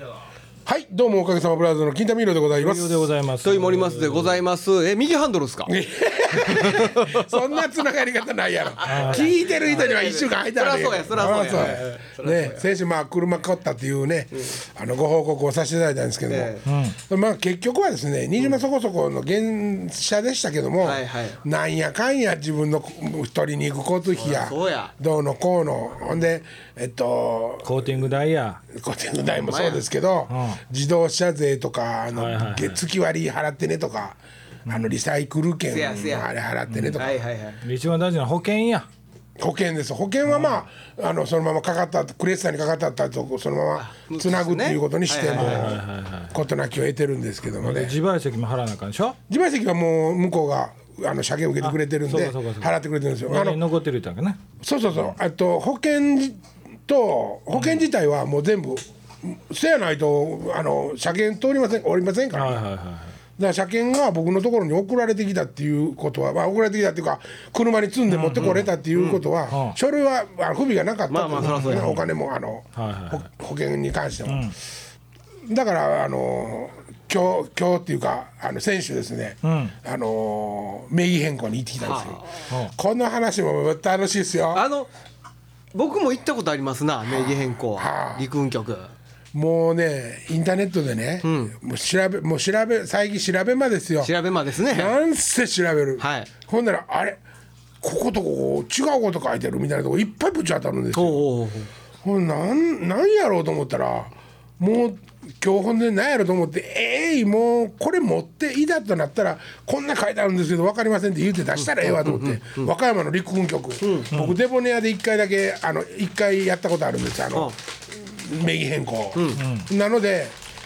はい、どうもおかげさまブラザーズの金田美濃でございます。 でございます。 とい森松でございます。右ハンドルですか？ そんなつながり方ないやろ。聞いてる人には一週間空いたらね。 そらそうや。 ね、先週車買ったっていうね、ご報告をさせていただいたんですけども、結局はですね、新島そこそこの原車でしたけども、なんやかんや自分の取りに行く交通費やどうのこうの、ほんでコーティング代もそうですけど、自動車税とか月割払ってねとか、リサイクル券のあれ払ってねとか、 一番大事な保険や。 保険です。保険はまあ、そのままかかったクレッサーにかかったとそのままつなぐっていうことにしても事なきを得てるんですけどもね。 自賠責も払わなあかんでしょ。 自賠責はもう向こうが車検受けてくれてるんで払ってくれてるんですよ。 残ってるってわけね。 そう保険自体はもう全部せやないと車検おりませんから、だから車検が僕のところに送られてきたっていうことは、送られてきたっていうか車に積んで持ってこれたっていうことは、書類は不備がなかったということですね。お金も保険に関しては、だから今日っていうか先週ですね、名義変更に行ってきたんですよ。この話も楽しいですよ。 僕も行ったことありますな、名義変更陸運局。 もうね、インターネットでね、もう調べ最近調べ間ですよ。 調べ間ですね。 なんせ調べる、ほんならあれこことここ違うこと書いてるみたいなとこいっぱいぶち当たるんですよ。ほんなんやろうと思ったら、もう今日ほんで何やろうと思ってもうこれ持っていざとなったらこんな書いてあるんですけど分かりませんって言って出したらええわと思って、和歌山の陸運局、僕デボネアで1回だけ1回やったことあるんです名義変更、なので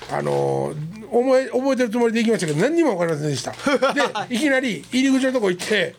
覚えてるつもりで行きましたけど何にも分かりませんでした。でいきなり入り口のとこ行って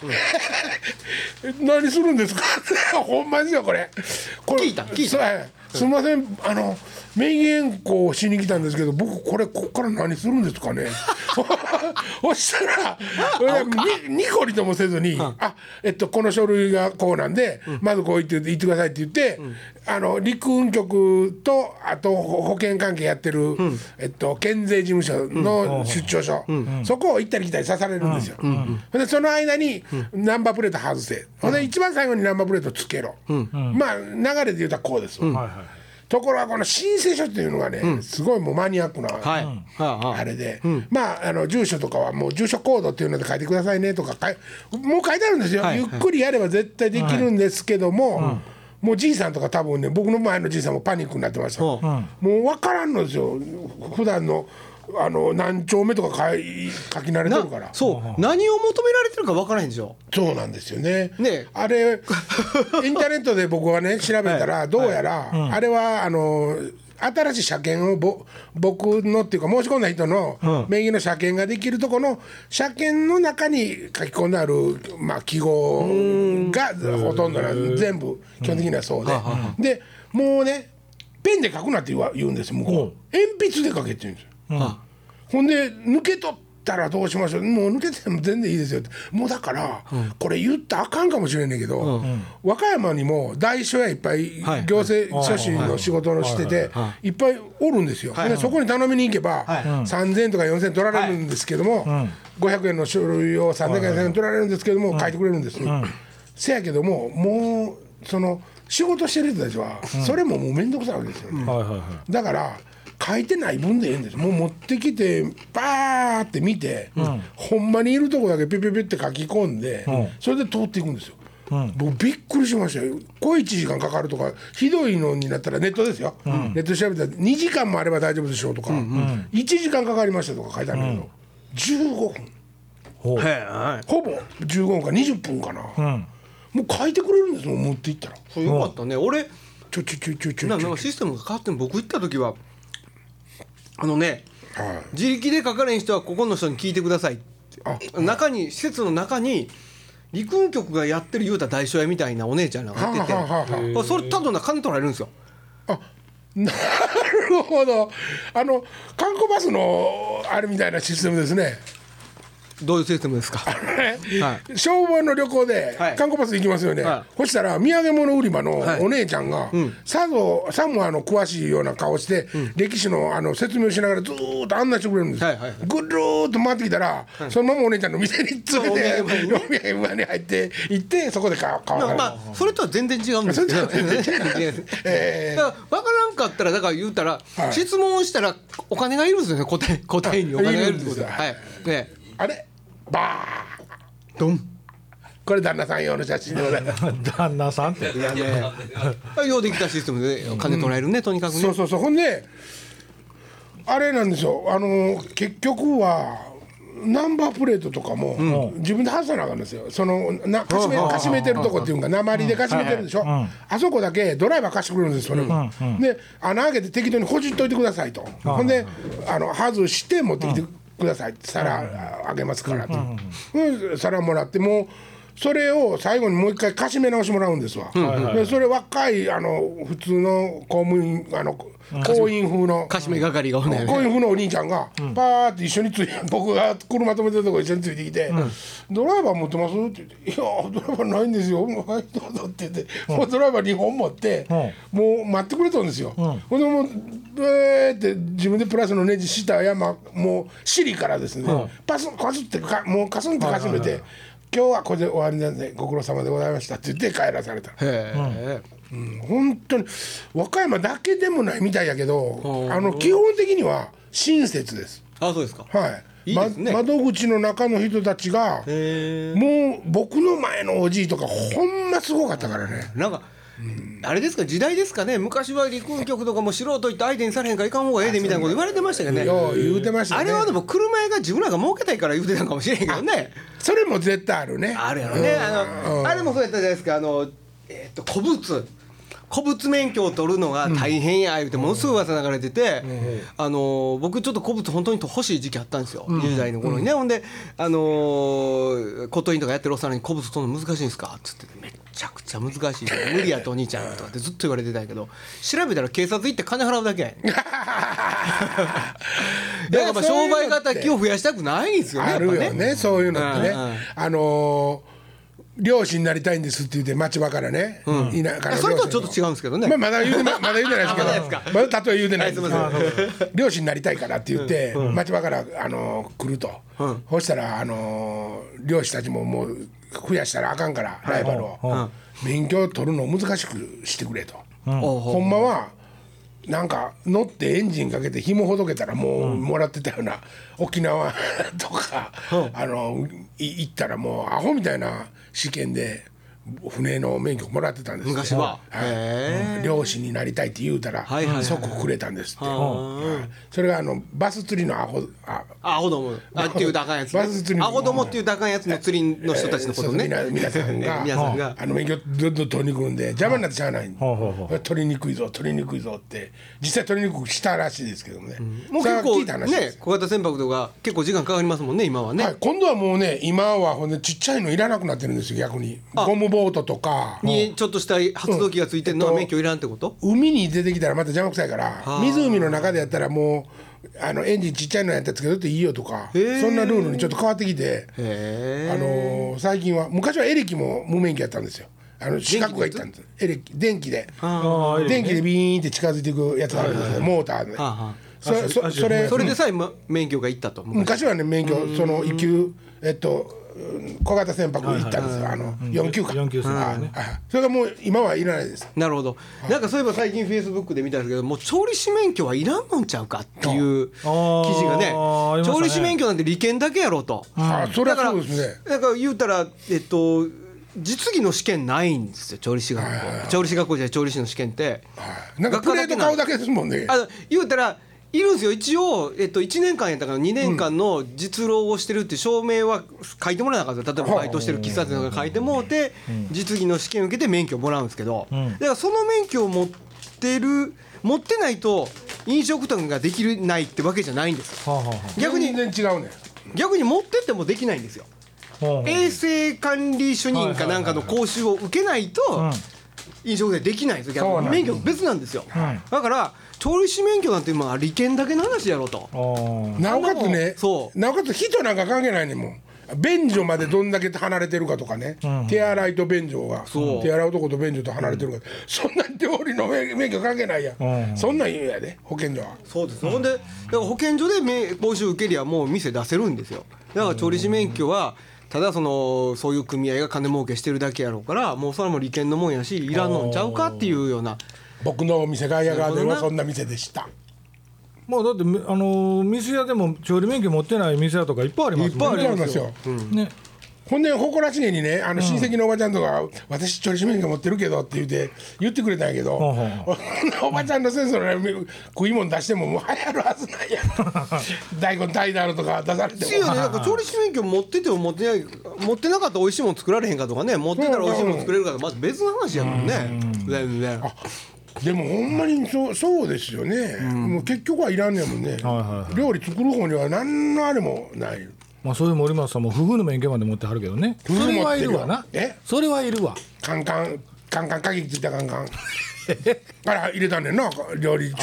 「何するんですか?」ほんまですよこれ聞いたすみません名義変更しに来たんですけど僕こっから何するんですかね。そしたらニコリともせずにこの書類がこうなんで、まずこう言ってくださいって言って、陸運局とあと保険関係やってる、県税事務所の出張所、そこを行ったり来たりさされるんですよ。でその間にナンバープレート外せ、で一番最後にナンバープレートつけろ、まあ流れで言うたらこうです。ところがこの申請書っていうのがね、すごいもうマニアックなあれで、住所とかはもう住所コードっていうので書いてくださいねとかもう書いてあるんですよ。ゆっくりやれば絶対できるんですけども、もうじいさんとか多分ね、僕の前のじいさんもパニックになってました。もう分からんのですよ、普段の何丁目とか書き慣れてるから。 何を求められてるか分からへんでしょ。 そうなんですよね。あれインターネットで僕はね調べたら、どうやらあれは新しい車検を僕のっていうか申し込んだ人の名義の車検ができるとこの車検の中に書き込んである記号がほとんど全部基本的にはそうで、もうねペンで書くなって言うんです向こう。鉛筆で書けって言うんですよ。ほんで抜け取ったらどうしましょう、もう抜けても全然いいですよって。もうだから、これ言ったらあかんかもしれんねんけど、和歌山にも代書やいっぱい行政書士の仕事をしてていっぱいおるんですよ。でそこに頼みに行けば3,000円とか4,000円取られるんですけども、500円の書類を3,000円取られるんですけども書いてくれるんです。せやけどももうその仕事してる人たちはそれももう面倒くさいわけですよね。だから書いてない分でいいんです。もう持ってきてバーって見て、ほんまにいるとこだけピピピって書き込んで、それで通っていくんですよ。僕びっくりしましたよ。1時間かかるとかひどいのになったらネットですよ、ネットで調べたら2時間もあれば大丈夫でしょうとか、1時間かかりましたとか書いてあるんだけど、15分ほぼ15分か20分かな、もう書いてくれるんですもん持っていったら。 よかったね。俺なんかシステムが変わっても僕行った時は自力で書かれん人はここの人に聞いてくださいって、中に施設の中に陸運局がやってる言うた代書屋みたいなお姉ちゃんが入ってて、それただ金取られるんですよ。 なるほど。観光バスのあれみたいなシステムですね。 どういうシステムですか？ 消防の旅行ではい観光バス行きますよね、 はそしたら土産物売り場のはいお姉ちゃんが、さも詳しいような顔して、歴史の説明をしながらずーっと案内してくれるんですよ、 はいはいはいぐるーっと回ってきたら、そのままお姉ちゃんの店に連れてそうお土産場にねお土産場に入って行ってそこで買わされる、 まあそれとは全然違うんですけど、 それとは全然違うだから分からんかったらだから言うたら、 はい質問をしたらお金がいるんですよね、答えにお金がいるってことで、 いるんですはいね、 あれバードンこれ旦那さん用の写真でございます旦那さんっていやね、ようできたシステムで金取られるね、とにかくね。 そうそうそう、ほんであれなんですよ、結局はナンバープレートとかも自分で外さなあかんですよ、かしめてるとこっていうか鉛でかしめてるでしょ、あそこだけドライバー貸してくれるんですそれも、で穴開けて適当にほじっといてくださいと、ほんで外して持ってきてくださいって皿あげますからと、皿もらってもうそれを最後にもう一回貸しめ直してもらうんですわ、でそれ若い普通の公務員公員風の貸し目係がおんねんね。 公員風のお兄ちゃんがパーって一緒について僕が車止めてるとこ一緒についてきて「ドライバー持ってます?」って言って「いやドライバーないんですよ」はいどうぞ」って言ってもうドライバー2本持ってもう待ってくれたんですよ。ほんでもうって自分でプラスのネジした山もう尻からですねパスってもうカスンってかしめて「今日はこれで終わりなんでご苦労様でございました」って言って帰らされた。 へえ、 本当に和歌山だけでもないみたいやけど基本的には親切です。 あ、そうですか。 はいいいですね窓口の中の人たちがもう僕の前のおじいとかほんますごかったからね。 なんか、あれですか、時代ですかね、昔は陸運局とかも素人行って相手にされへんからいかん方がええでみたいなこと言われてましたけどね。 よう言うてましたね。 あれはでも車屋が自分らが儲けたいから言うてたんかもしれへんけどね。 それも絶対あるね。 あるやろね。あれもそうやったじゃないですか。古物免許を取るのが大変や言うてものすごい噂流れてて、僕ちょっと古物本当に欲しい時期あったんですよ、20代の頃にね。ほんで骨董品とかやってるおっさんに古物取るの難しいんですかっつってめっちゃくちゃ難しい無理やとお兄ちゃんとかってずっと言われてたんやけど、調べたら警察行って金払うだけやんだからまあ商売敵を増やしたくないんですよね。 あるよねそういうのってね。漁師になりたいんですって言って町場からね、田舎の漁師それとはちょっと違うんですけどね。 まだ言うてないですけどまだ例え言うてないですけど漁師になりたいからって言って町場から来ると、そしたら漁師たちももう増やしたらあかんからライバルを免許を取るのを難しくしてくれと、ほんまはなんか乗ってエンジンかけて紐ほどけたらもうもらってたような沖縄とか行ったらもうアホみたいな試験で船の免許もらってたんですよ昔は。 漁師になりたいって言うたら即くれたんですって。それがバス釣りのアホどもっていうあかんやつ、 バス釣りのアホどもっていうあかんやつの釣りの人たちのことね。 皆さんが免許どんどん取りに来るんで邪魔になってしゃあない取りにくいぞって実際取りにくくしたらしいですけどね。 もう結構ね小型船舶とか結構時間かかりますもんね今はね。 今度はもうね今はほんでちっちゃいのいらなくなってるんですよ逆に。ゴムボートとかにちょっとした発動機がついてるのは免許いらんってこと？ 海に出てきたらまた邪魔くさいから湖の中でやったらもうエンジンちっちゃいのやったらつけとっていいよとかそんなルールにちょっと変わってきて最近は昔はエレキも無免許やったんですよ。資格がいったんです。電気でビーンって近づいていくやつがあるんですよモーターで。 それでさえ免許がいったと。 昔はね免許1級小型船舶行ったんですよ4級か。それがもう今はいらないです。 なるほど。なんかそういえば最近フェイスブックで見たんですけどもう調理師免許はいらんのんちゃうかっていう記事がね調理師免許なんて利権だけやろうと。 それはそうですね。 だから言うたら実技の試験ないんですよ調理師学校。調理師学校じゃ調理師の試験ってなんかプレート買うだけですもんね。 言うたらいるんですよ一応、1年間やったから2年間の実労をしてるっていう証明は書いてもらわなかった。例えばバイトしてる喫茶店とか書いてもらって実技の試験を受けて免許をもらうんですけど、だからその免許を持ってないと飲食店ができないってわけじゃないんですよ。逆に全然違うね。 逆に持ってってもできないんですよ。衛生管理主任かなんかの講習を受けないと飲食店できないんですよ。逆に免許別なんですよ。だから調理師免許なんて利権だけの話やろと。 なおかつねなおかつ人なんか関係ないねんもん。 便所までどんだけ離れてるかとかね、手洗いと便所が手洗うとこと便所と離れてるか、そんな料理の免許関係ないやん、そんなん言うんやで保健所は。 そうです、ほんでだから保健所で講習受けりゃもう店出せるんですよ。だから調理師免許はただそういう組合が金儲けしてるだけやろうから、もうそれも利権のもんやしいらんのんちゃうかっていうような。 僕のお店ガイアガーデンはそんな店でした。 まあだって店屋でも調理免許持ってない店屋とかいっぱいありますもんね。 いっぱいありますよ、 ね。 ほんで誇らしげにね親戚のおばちゃんとか「私調理師免許持ってるけど」って言ってくれたんやけど、おばちゃんの先生の、ね、食い物出してももう流行るはずないやん大根炊いてあるとか出されても。 なんか調理師免許持ってても持ってなかったら美味しいもの作られへんかとかね、持ってたら美味しいもの作れるかとまず別の話やもんね、全然。 でもほんまにそうですよね、もう結局はいらんねんもんね、料理作る方には何のあれもない。 まあそれ森松さんもフグの免許まで持ってはるけどね。それはいるわな。それはいるわ。 カンカン鍵ついたカンカンから入れたんねんな料理中に。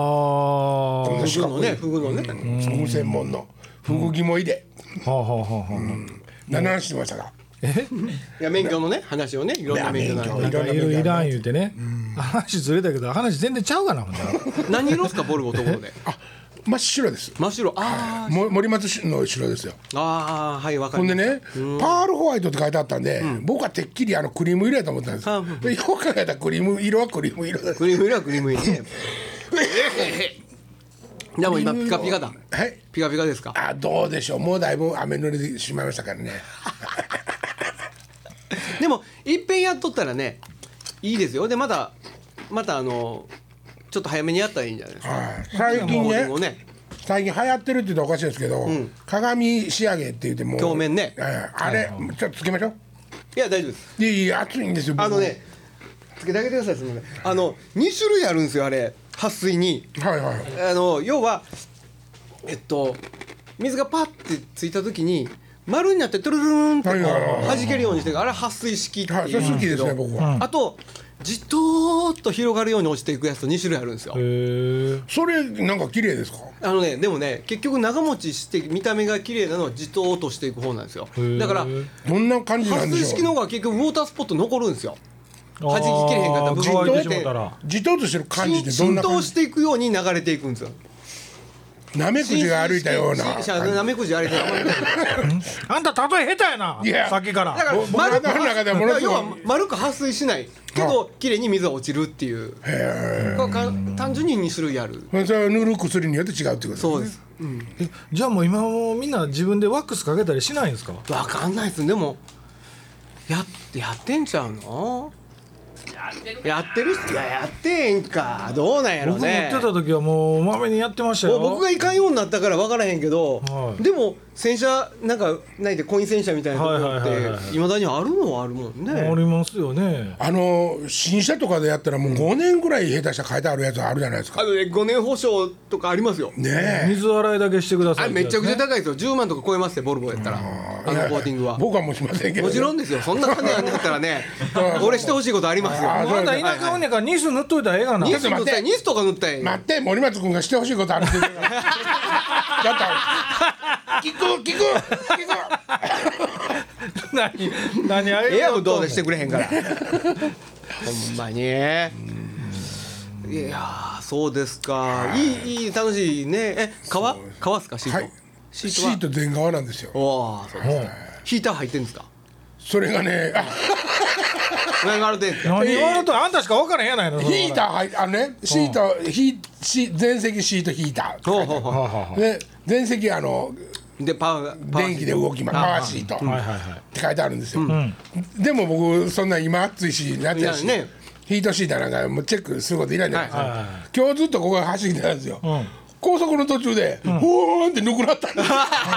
フグのねフグ専門のフグ肝入れ。何の話してましたか。 いや免許のね話をね、いろんな免許の話いらん言うてね、話ずれたけど話全然ちゃうかな。ほん何色ですかボルボところで。 真っ白です。 真っ白。 森松の白ですよ。 はい、わかほんります。 でねパールホワイトって書いてあったんで、僕はてっきりクリーム色やと思ったんですよ。でよく考えたらクリーム色はクリーム色です。 クリーム色はクリーム色ね。でも今ピカピカだ。 はい。 ピカピカですか。 どうでしょう。もうだいぶ雨濡れてしまいましたからね。 でもいっぺんやっとったらねいいですよ。でまたちょっと早めにやったらいいんじゃないですか。 最近ね最近流行ってるって言うとおかしいですけど、鏡仕上げって言っても鏡面ね、 あれちょっとつけましょう。 いや大丈夫です。 いや暑いんですよ。 つけてあげてください。すみません。2種類あるんですよあれ撥水に。要は水がパッてついた時に丸になってトゥルルルンって弾けるようにして、あれ撥水式っていうんですけど、あとじとーっと広がるように落ちていくやつと2種類あるんですよ。 それなんか綺麗ですか。 でもね結局長持ちして見た目が綺麗なのはじとーっとしていく方なんですよ。だからどんな感じなんでしょう。 撥水式の方が結局ウォータースポット残るんですよ。弾ききれへんかったらじとっとしてる感じってどんな感じ。 浸透していくように流れていくんですよ。 なめくじが歩いたような。 なめくじ歩いたような。 あんた例え下手やな。さっきから。 だから要は丸く撥水しないけど綺麗に水が落ちるっていう。単純に2種類ある。 それは塗る薬によって違うってことですね。 そうです。 じゃあもう今もみんな自分でワックスかけたりしないんですか。 わかんないです。でもやってんちゃうの。やってる人はやってへんか。どうなんやろうね。 僕持ってた時はもうまめにやってましたよ。 僕がいかんようになったから分からへんけど、でも洗車なんかないでコイン洗車みたいなところっていまだにあるのはあるもんね。 ありますよね。 新車とかでやったらもう5年ぐらい下手したら書いてあるやつあるじゃないですか。 5年保証とかありますよね。 水洗いだけしてください。 めちゃくちゃ高いですよ。10万とか超えますよボルボやったら。コーティングは僕はもうしませんけど。 もちろんですよ。そんな金あんねやったらね俺してほしいことありますよ。 まだ田舎おんねんからニス塗っといたらええがな。 ニスとか塗ったらええ。 待って森松君がしてほしいことあるってだった聞く何あれエアもどうでしてくれへんからほんまに。いやそうですか。いい楽しいね。革っすかシート。 シート全革なんですよ。 そうですか。ヒーター入ってんですか。 それがね何があるで何があるとあんたしか分からへんやないの。 ヒーター入ってシート全席シートヒーターで全席電気で動きます。パワーシートって書いてあるんですよ。でも僕そんな今暑いし夏やしヒートシーターなんかもうチェックすることいらないじゃないですか。今日ずっとここ走ってたんですよ。高速の途中でほーんってぬくなったん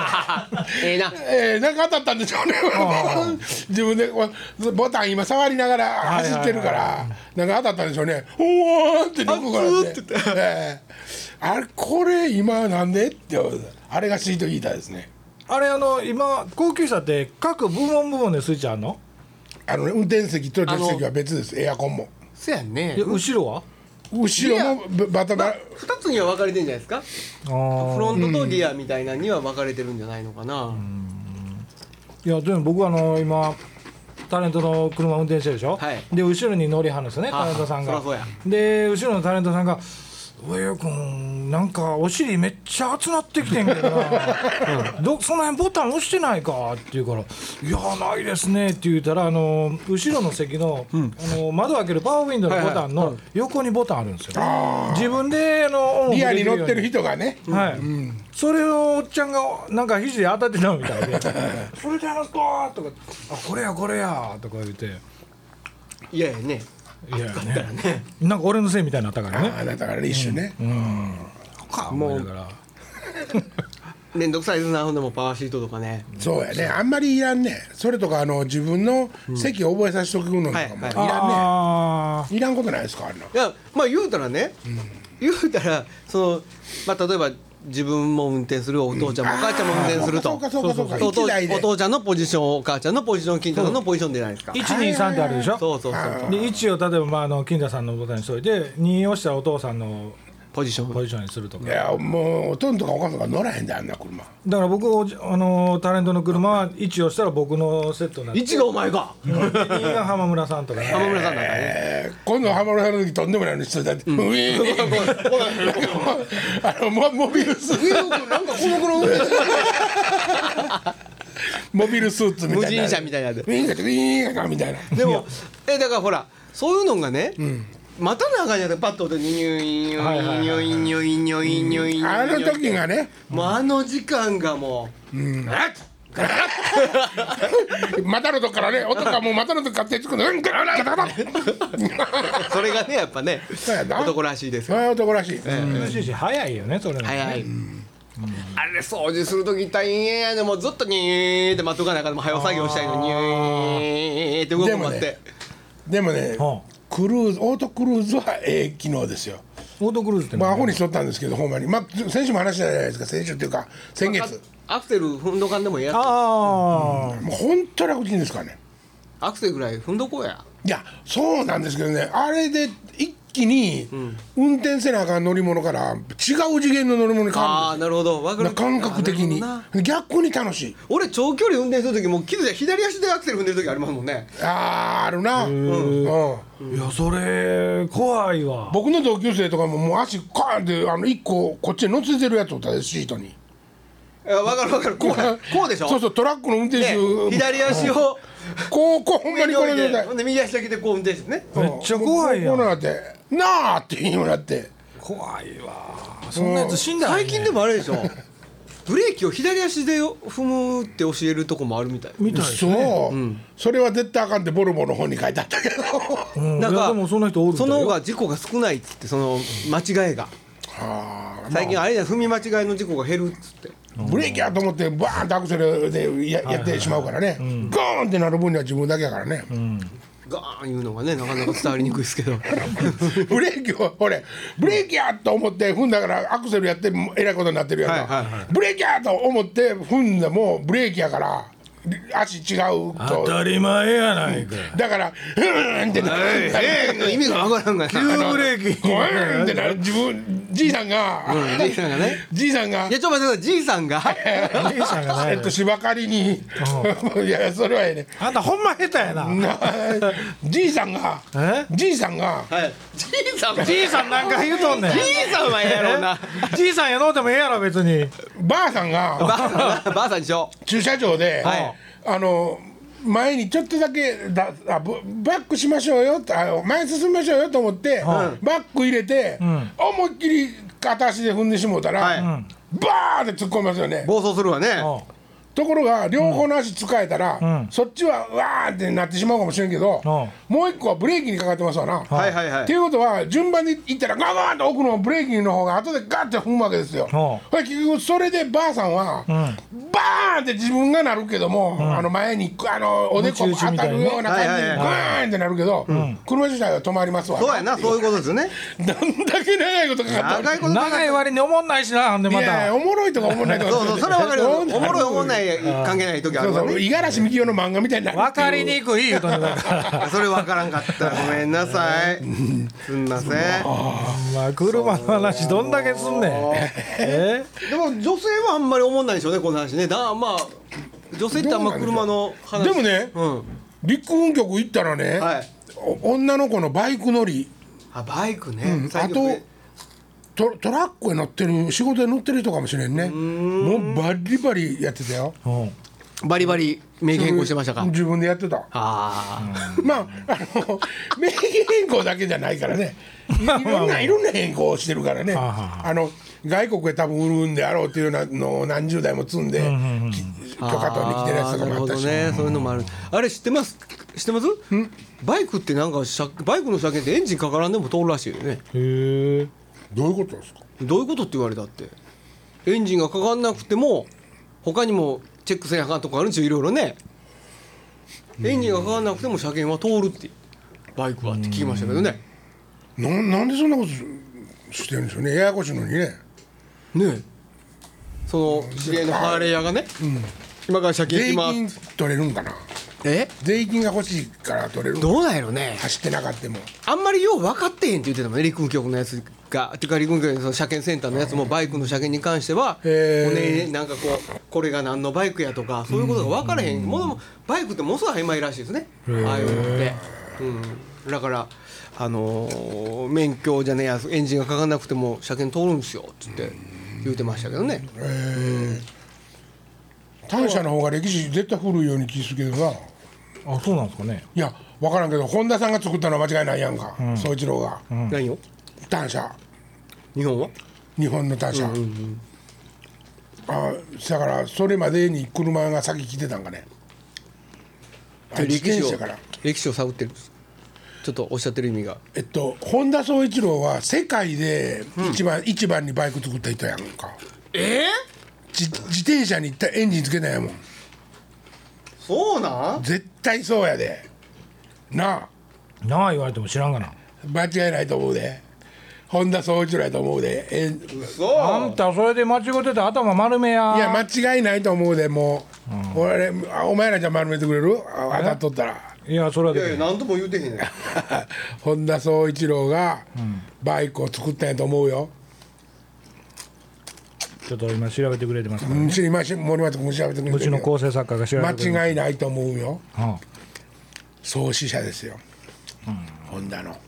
ですなんか当たったんでしょうね自分でボタン今触りながら走ってるからなんか当たったんでしょうね。ほーんってぬくなってあれこれ今なんでってあれがシートヒーターですね。 あれ今高級車って各部門でスイッチあるの。 運転席と助手席は別です。エアコンもそうやね。 後ろは後ろもバタバタ 2つには分かれてるんじゃないですか。フロントとリアみたいなには分かれてるんじゃないのかな。 いやでも僕今タレントの車運転してるでしょ、 はい、 で後ろに乗りはるんですよね、タレントさんが。で後ろのタレントさんが上与君なんかお尻めっちゃ熱なってきてんけどなその辺ボタン押してないかって言うから「いやないですね」って言うたら後ろの席の、窓開けるパワーウィンドウのボタンの横にボタンあるんですよ、自分でリアに乗ってる人がね、 はい、それをおっちゃんがなんか肘で当たってたみたいで「それじゃなくと」とか「あこれやこれや」とか言っていやいやねいやね、なんか俺のせいみたいになったからね。 だからね一瞬ね。 もうだからめんどくさいですな、ほんでもパワーシートとかね。 そうやね、あんまりいらんね。それとか自分の席を覚えさせておくのとかもいらんね。いらんことないですかあんな。 いやまあ言うたらね、言うたら例えば自分も運転する、お父ちゃんもお母ちゃんも運転すると、お父ちゃんのポジション、お母ちゃんのポジション、金太さんのポジションじゃないですか。 123ってあるでしょ。 そうで 1を例えば金太さんのボタンにしといて2を押したらお父さんのポジションにするとか。 いやもうおとんとかおかんとか乗らへんであんな車。 だから僕タレントの車は1をしたら僕のセットになって、 1がお前か 2が浜村さんとかね。 浜村さんだからね。 今度浜村さんの時とんでもないの人だって、モビルスーツなんかこの頃モビルスーツみたいな、 無人車みたいなでウィーンガウィーンガみたいな。 でもだからほらそういうのがね、またなあかんやでパッとでニュインニュインニュインニュインニュインニュイン、 あの時がね、 もう時間がもう股のとこからね、音がもう股のとこから手つくの、 それがねやっぱね男らしいですよ。 男らしい。 早いよねそれ。 早い。あれ掃除する時大変やね、もうずっとニーって待っとかなあかん、もう早作業したいのにニーって動くもって。 でもね、オートクルーズは機能ですよ。 オートクルーズってアホにしとったんですけど、ほんまに先週も話したじゃないですか。先週っていうか先月。 アクセル踏んどかんでもええやつ。 もう本当楽ちんですからね。 アクセルぐらい踏んどこうや。 いやそうなんですけどね、あれで一気に運転せなあかん乗り物から違う次元の乗り物に変わるんですよ。 なるほど、分かる。 感覚的に逆に楽しい。 俺長距離運転する時もう気づいたら左足でアクセル踏んでる時ありますもんね。 あるな。 いやそれ怖いわ。 僕の同級生とかももう足カーンって一個こっちに乗せてるやつおったで、シートに。 いや分かるこうでしょ。 そうトラックの運転手、 左足をこうほんまにこの状態で右足だけでこう運転してね。 めっちゃ怖いやん。 こうなってなあって言うようになって怖いわ。そんなやつ死んだ。 最近でもあれでしょ、ブレーキを左足で踏むって教えるとこもあるみたいですね。 それは絶対あかんってボルボの本に書いてあったけど、 なんかでもそんな人おるんだよ。 その方が事故が少ないっつって、その間違いが最近あれじゃ踏み間違いの事故が減るっつって、 ブレーキやと思ってバーンとアクセルでやってしまうからね、ゴーンってなる分には自分だけやからね。 ガーンいうのがねなかなか伝わりにくいですけどブレーキをブレーキやと思って踏んだからアクセルやってえらいことになってるやんか、ブレーキやと思って踏んでもブレーキやから足違うと当たり前やないか。 だからふーんってなる、 意味がわからんがな。 急ブレーキふーんってなる。自分じいさんがじいさんがね、 じいさんがいやちょっと待ってください、じいさんがじいさんがない芝刈りにいやそれはええね。 あんたほんま下手やな。 じいさんがじいさんがじいさんなんか言うとんねん。 じいさんはええやろうな。 じいさんやのうてもええやろ別に。 ばあさんがばあさんでしょ。 駐車場で前にちょっとだけバックしましょうよ前進みましょうよと思ってバック入れて思いっきり片足で踏んでしもうたらバーって突っ込みますよね。 暴走するわね。 ところが両方の足使えたらそっちはわーってなってしまうかもしれんけどもう一個はブレーキにかかってますわな。っていうことは順番にいったらガガーッと奥のブレーキの方が後でガッて踏むわけですよ。結局それでばあさんはバーンって自分がなるけども前におでこ当たるような感じでガーンってなるけど車自体は止まりますわ。 そうやな、そういうことですよね。 どんだけ長いことかかったの。長い割におもんないしな。ほんでまたおもろいとかおもんないとかそうそれは分かるよ。おもろいおもんない関係ない時あるわね。 五十嵐美樹の漫画みたいになる。 分かりにくい言うとんねんだから。 それ分からんかった。ごめんなさい。すんません。 まあ車の話どんだけすんねん。 でも女性はあんまり思んないでしょうね、この話ね。まあ女性ってあんま車の話でもね、陸運局行ったらね、女の子のバイク乗り、 バイクね、 あとトラックへ乗ってる、仕事で乗ってる人かもしれんね。もうバリバリやってたよ。 バリバリ名義変更してましたか。 自分でやってた。まあ名義変更だけじゃないからね、いろんな変更をしてるからね。外国へ多分売るんであろうっていうようなのを何十台も積んで許可取りに来てるやつとかもあったし。 ね、そういうのもある。あれ知ってます？バイクってなんかバイクの車検ってエンジンかからんでも通るらしいよね。 へえ。 どういうことですか？ どういうことって言われたって、エンジンがかかんなくても他にもチェックせなあかんとかあるんですよ、いろいろね。エンジンがかかんなくても車検は通るってバイクはって聞きましたけどね。 なんでそんなことしてるんですよね、ややこしいのにね。 ね、その知り合いのハーレー屋がね、今から車検税金取れるんかな。税金が欲しいから取れる。 どうなんやろね。 走ってなかったもあんまりよう分かってへんって言ってたもんね、陸運局のやつが。てか陸運局のその車検センターのやつもバイクの車検に関してはなんかこれが何のバイクやとかそういうことが分からへん。もうバイクってものすごい曖昧らしいですね、ああいうのって。だから免許じゃねえや、エンジンがかかんなくても車検通るんですよっつって言うてましたけどね。 単車の方が歴史絶対古いように気するけどな。 あ、そうなんですかね。 いや分からんけど、本田さんが作ったのは間違いないやんか、宗一郎が。 何を？ 単車。 日本は？ 日本の単車。だからそれまでに車が先来てたんかね。自転車から歴史を探ってるんです。ちょっとおっしゃってる意味が。 本田宗一郎は世界で一番にバイク作った人やんか。自転車にエンジンつけないやもん。 そうなん？ 絶対そうやでなあ言われても知らんがな。 間違いないと思うで。本田宗一郎やと思うで。 あんたそれで間違ってたら頭丸めや。 いや間違いないと思うで。もう、お前らじゃ丸めてくれる？当たっとったら。 いやそれはでいやいや何とも言うてへんねん本田宗一郎がバイクを作ったんやと思うよ。 ちょっと今調べてくれてますからね。 今森松君調べてくれてる。 うちの構成作家が調べてくれてる。 間違いないと思うよ。創始者ですよ、ホンダの。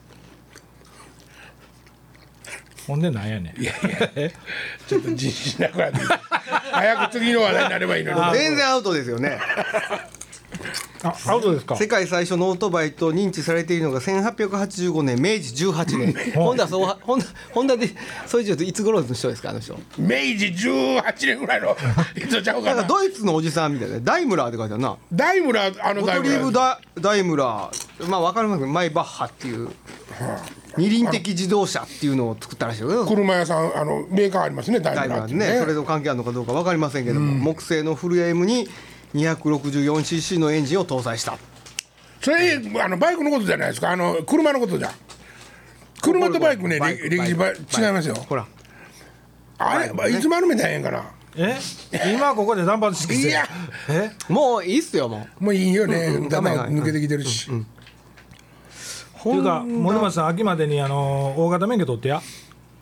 ほんでなんやねん。 いやちょっと自信しなくなって早く次の話題になればいいのに。 全然アウトですよね。 アウトですか。 世界最初のオートバイと認知されているのが1885年明治18年ホンダでそういう人いつ頃の人ですか、あの人。 明治18年ぐらいの人ちゃうかな。 なんかドイツのおじさんみたいな、ダイムラーって書いてあるな。 ダイムラー、 ゴトリーブダイムラー、まあ分かりますけどマイバッハっていう二輪的自動車っていうのを作ったらしいよ。 車屋さんメーカーありますね、ダイムラーってね。 それと関係あるのかどうか分かりませんけども、木製のフルエムに 264cc のエンジンを搭載した。 それバイクのことじゃないですか。車のことじゃ。車とバイクね、歴史違いますよ。ほらあれいつ丸めたらええんかな。 今ここで断髪式して。 いやもういいっすよ。もういいよね。だんだん抜けてきてるし。 っていうか森松さん、秋までに大型免許取ってや。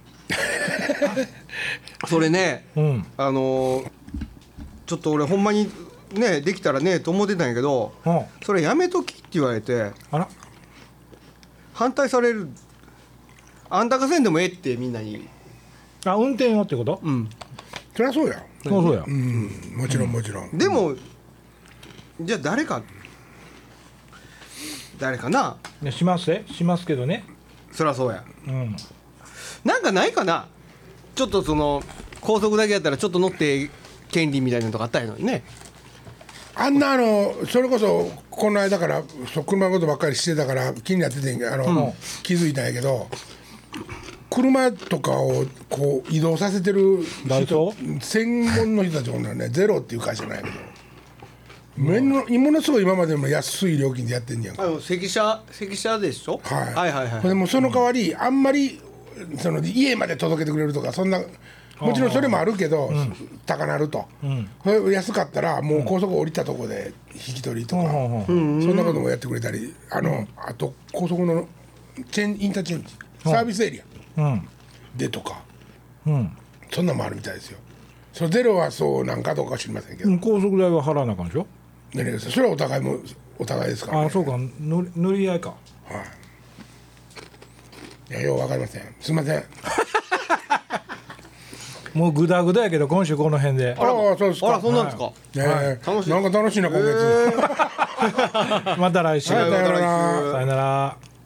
それね、ちょっと俺ほんまにねできたらねと思ってたんやけど、それやめときって言われて、反対される。あんたがせんでもええってみんなに。 運転よってこと？ そりゃそうや。 そうや。 もちろんもちろん。 でもじゃあ誰かな。 しますけどね。 そりゃそうや。なんかないかな。ちょっとその高速だけやったらちょっと乗って権利みたいなのとかあったんやのにね。 それこそこの間から車のことばっかりしてたから気になってて気づいたんやけど、車とかをこう移動させてる人専門の人たちもね、ゼロっていう会社なんやけど、ものすごい今までも安い料金でやってんねやんか。 関車でしょ。 でもその代わりあんまり家まで届けてくれるとか、そんなもちろんそれもあるけど、高なると、安かったらもう高速降りたとこで引き取りとか、そんなこともやってくれたり、あと高速のインターチェンジサービスエリアでとか、そんなんもあるみたいですよ。 そうゼロはそうなんかどうか知りませんけど、 高速代は払わなあかんでしょ。 ね、それはお互いですから、ね、 あ、そうか、乗り合いか。 いや、ようわかりません、すいません。 もうグダグダやけど今週この辺で。 あら、そうですか。 あら、そうなんですか。 楽しい。なんか楽しいな今月。 また来週。 さよなら。 さよなら。